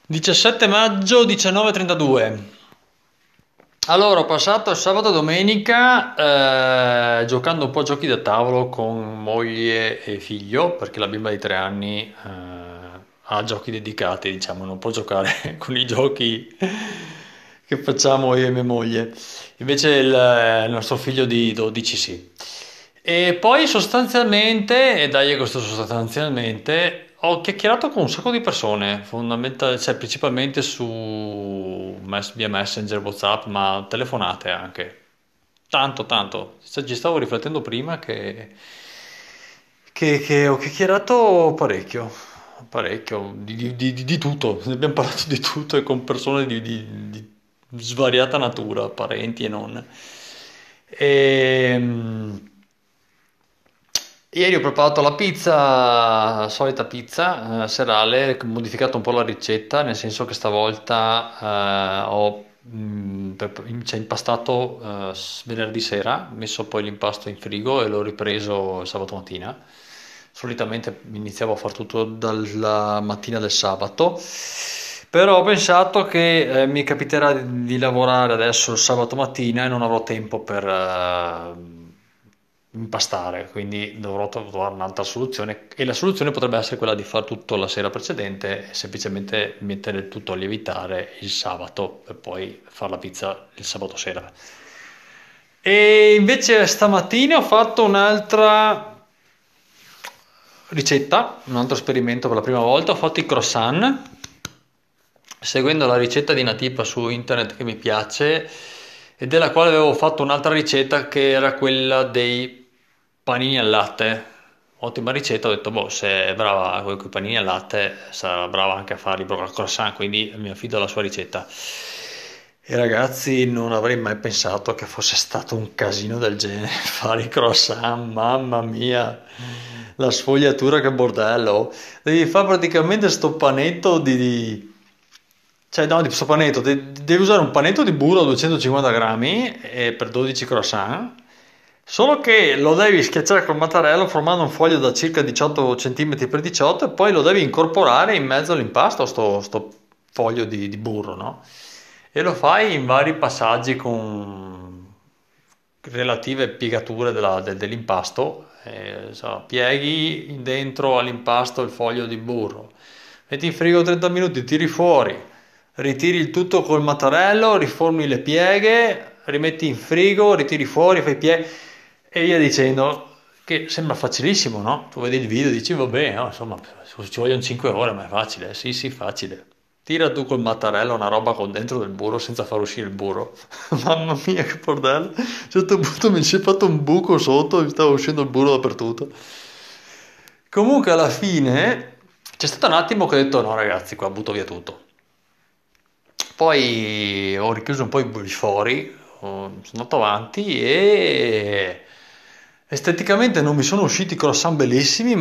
17 maggio 19:32. Allora, ho passato il sabato e domenica giocando un po' a giochi da tavolo con moglie e figlio, perché la bimba di 3 anni ha giochi dedicati, diciamo, non può giocare con i giochi che facciamo io e mia moglie. Invece il nostro figlio di 12 sì. E poi sostanzialmente, e dai questo sostanzialmente, ho chiacchierato con un sacco di persone, cioè principalmente via Messenger, WhatsApp, ma telefonate anche. Tanto, tanto. Ci stavo riflettendo prima che ho chiacchierato parecchio, parecchio, di tutto. Ne abbiamo parlato di tutto e con persone di svariata natura, parenti e non. E, Ieri ho preparato la pizza, la solita pizza serale, ho modificato un po' la ricetta, nel senso che stavolta ho cioè, impastato venerdì sera, messo poi l'impasto in frigo e l'ho ripreso il sabato mattina. Solitamente iniziavo a fare tutto dalla mattina del sabato, però ho pensato che mi capiterà di lavorare adesso il sabato mattina e non avrò tempo per impastare, quindi dovrò trovare un'altra soluzione e la soluzione potrebbe essere quella di fare tutto la sera precedente e semplicemente mettere il tutto a lievitare il sabato e poi fare la pizza il sabato sera. E invece stamattina ho fatto un'altra ricetta, un altro esperimento per la prima volta, ho fatto i croissant seguendo la ricetta di Natipa su internet che mi piace e della quale avevo fatto un'altra ricetta che era quella dei panini al latte. Ottima ricetta, ho detto, boh, se è brava con i panini al latte, sarà brava anche a fare i croissant, quindi mi affido alla sua ricetta. E ragazzi, non avrei mai pensato che fosse stato un casino del genere fare i croissant, mamma mia, la sfogliatura che bordello. Devi fare praticamente sto panetto cioè, no, di sto panetto, devi usare un panetto di burro a 250 grammi per 12 croissant, solo che lo devi schiacciare col mattarello formando un foglio da circa 18 cm per 18 e poi lo devi incorporare in mezzo all'impasto, sto foglio di burro, no? E lo fai in vari passaggi con relative piegature dell'impasto. Pieghi dentro all'impasto il foglio di burro, metti in frigo 30 minuti, tiri fuori, ritiri il tutto col mattarello, riformi le pieghe, rimetti in frigo, ritiri fuori, fai pieghe e via dicendo. Che sembra facilissimo, no? Tu vedi il video e dici, vabbè, no, insomma, ci vogliono 5 ore, ma è facile. Sì, sì, facile. Tira tu col mattarello una roba con dentro del burro senza far uscire il burro. Mamma mia, che bordello. A un certo punto mi si è fatto un buco sotto e mi stava uscendo il burro dappertutto. Comunque alla fine c'è stato un attimo che ho detto no ragazzi, qua butto via tutto. Poi ho ripreso un po' i fori, sono andato avanti e esteticamente non mi sono usciti croissant bellissimi,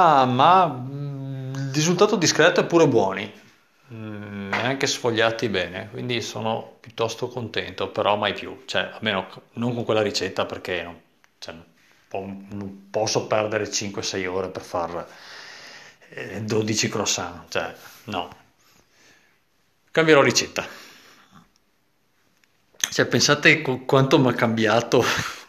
ma il risultato discreto è pure buoni, e anche sfogliati bene, quindi sono piuttosto contento, però mai più, cioè almeno non con quella ricetta perché cioè, non posso perdere 5-6 ore per far 12 croissant, cioè no, cambierò ricetta. Cioè, pensate quanto mi ha cambiato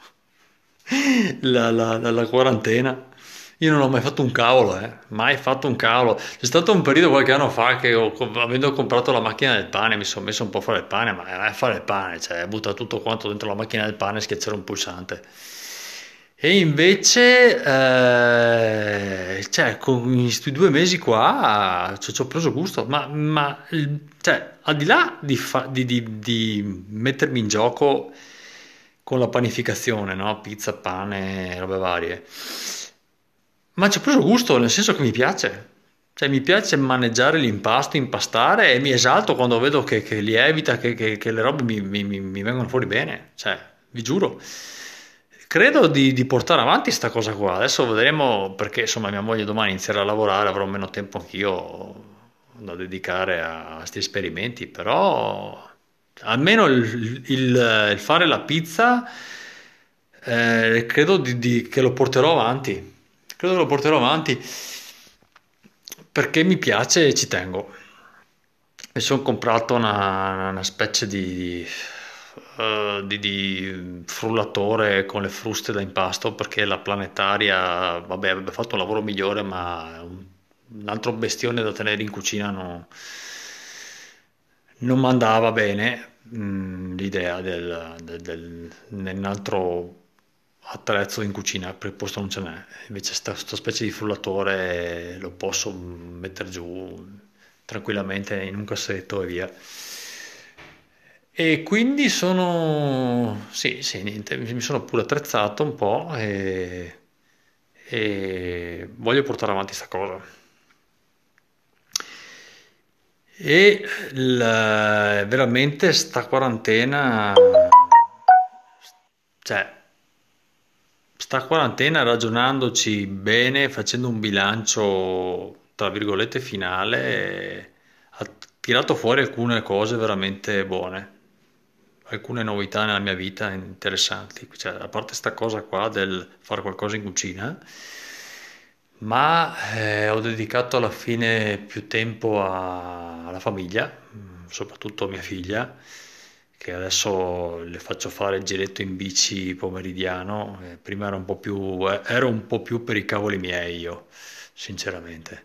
la quarantena. Io non ho mai fatto un cavolo, mai fatto un cavolo. C'è stato un periodo qualche anno fa che avendo comprato la macchina del pane mi sono messo un po' a fare il pane, ma è fare il pane, cioè butta tutto quanto dentro la macchina del pane e schiacciare un pulsante. E invece, cioè, con questi 2 mesi qua ci ho preso gusto, cioè, al di là di mettermi in gioco con la panificazione, no? Pizza, pane, robe varie, ma ci ho preso gusto, nel senso che mi piace. Cioè, mi piace maneggiare l'impasto, impastare e mi esalto quando vedo che lievita, che le robe mi vengono fuori bene. Cioè, vi giuro. Credo di portare avanti sta cosa qua. Adesso vedremo perché, insomma, mia moglie domani inizierà a lavorare, avrò meno tempo anch'io da dedicare a questi esperimenti, però almeno il fare la pizza, credo che lo porterò avanti. Credo che lo porterò avanti perché mi piace e ci tengo. mi sono comprato una specie di frullatore con le fruste da impasto perché la planetaria, vabbè, avrebbe fatto un lavoro migliore, ma un altro bestione da tenere in cucina non mi andava bene, l'idea un altro attrezzo in cucina, per il posto non ce n'è. Invece sta specie di frullatore lo posso mettere giù tranquillamente in un cassetto e via. E quindi sì, sì, niente, mi sono pure attrezzato un po' e voglio portare avanti sta cosa. E veramente sta quarantena, cioè, sta quarantena ragionandoci bene, facendo un bilancio, tra virgolette, finale, ha tirato fuori alcune cose veramente buone, alcune novità nella mia vita interessanti. Cioè, a parte sta cosa qua del fare qualcosa in cucina, ma ho dedicato alla fine più tempo alla famiglia, soprattutto a mia figlia, che adesso le faccio fare il giretto in bici pomeridiano. Prima ero un po' più per i cavoli miei io, sinceramente.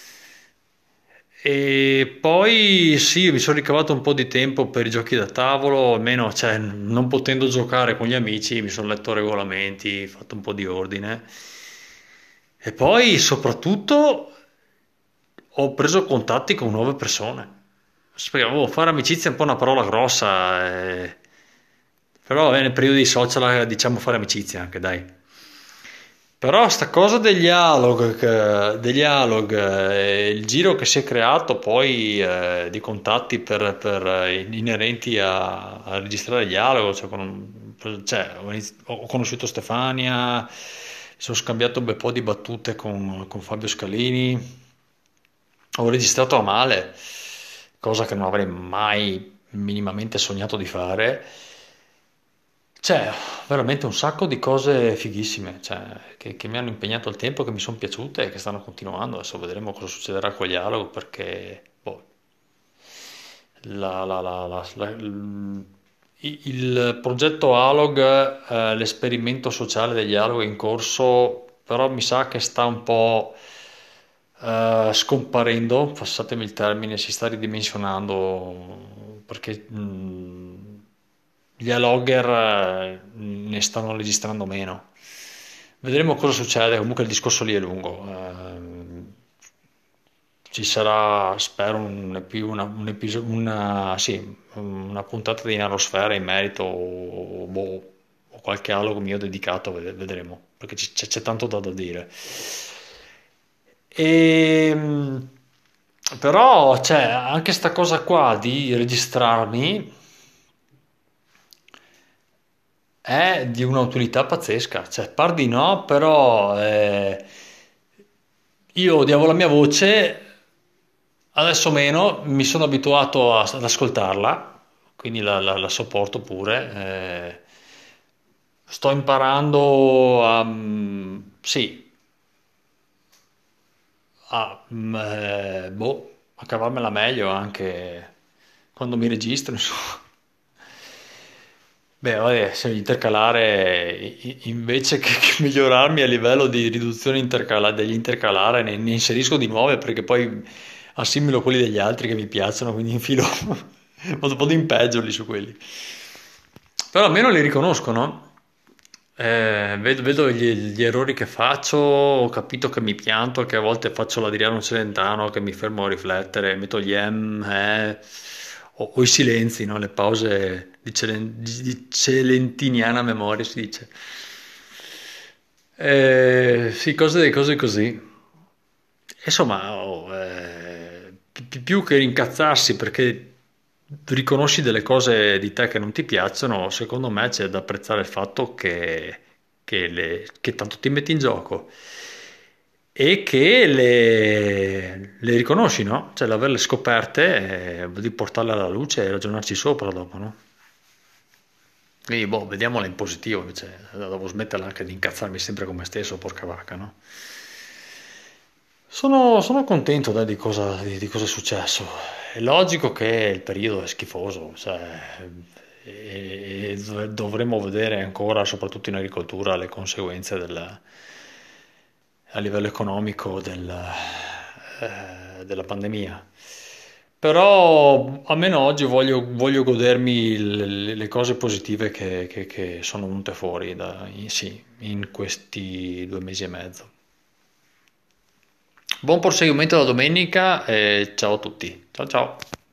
E poi sì, mi sono ricavato un po' di tempo per i giochi da tavolo, almeno, cioè, non potendo giocare con gli amici, mi sono letto regolamenti, fatto un po' di ordine. E poi soprattutto ho preso contatti con nuove persone. Spiegavo, fare amicizia è un po' una parola grossa, però nei periodi social diciamo fare amicizia anche, dai. Però sta cosa degli alog, il giro che si è creato poi di contatti inerenti a registrare gli alog, cioè, ho conosciuto Stefania, mi sono scambiato un bel po' di battute con Fabio Scalini, ho registrato a male, cosa che non avrei mai minimamente sognato di fare. C'è veramente un sacco di cose fighissime, cioè, che mi hanno impegnato il tempo, che mi sono piaciute e che stanno continuando. Adesso vedremo cosa succederà con gli dialogo perché boh, il progetto Alog, l'esperimento sociale degli Alog è in corso, però mi sa che sta un po' scomparendo, passatemi il termine, si sta ridimensionando perché gli Alogger ne stanno registrando meno. Vedremo cosa succede, comunque il discorso lì è lungo. Ci sarà, spero, sì, una puntata di Nanosfera in merito o qualche alogo mio dedicato, vedremo, perché c'è tanto da dire. E, però c'è anche sta cosa qua di registrarmi è di un'utilità pazzesca, cioè par di no, però io odiavo la mia voce, adesso meno, mi sono abituato ad ascoltarla, quindi la sopporto pure. Sto imparando sì, a cavarmela meglio anche quando mi registro, insomma. Beh, vabbè, se intercalare, invece che migliorarmi a livello di riduzione degli intercalare, ne inserisco di nuove perché poi assimilo quelli degli altri che mi piacciono, quindi infilo, vado in peggio lì su quelli. Però almeno li riconosco, no? Vedo gli errori che faccio, ho capito che mi pianto, che a volte faccio l'Adriano Celentano, che mi fermo a riflettere, metto gli o i silenzi, no? Le pause di celentiniana memoria si dice. Sì, cose così. Insomma, più che rincazzarsi perché riconosci delle cose di te che non ti piacciono, secondo me c'è da apprezzare il fatto che tanto ti metti in gioco e che le riconosci, no? Cioè, l'averle scoperte, di portarle alla luce e ragionarci sopra dopo, no? Quindi, boh, vediamola in positivo, invece, devo smetterla anche di incazzarmi sempre con me stesso, porca vacca, no? Sono contento dai, di cosa è successo. È logico che il periodo è schifoso, cioè, e dovremo vedere ancora, soprattutto in agricoltura, le conseguenze a livello economico della pandemia. Però almeno oggi voglio godermi le cose positive che sono venute fuori sì, in questi 2 mesi e mezzo. Buon proseguimento la domenica e ciao a tutti. Ciao ciao.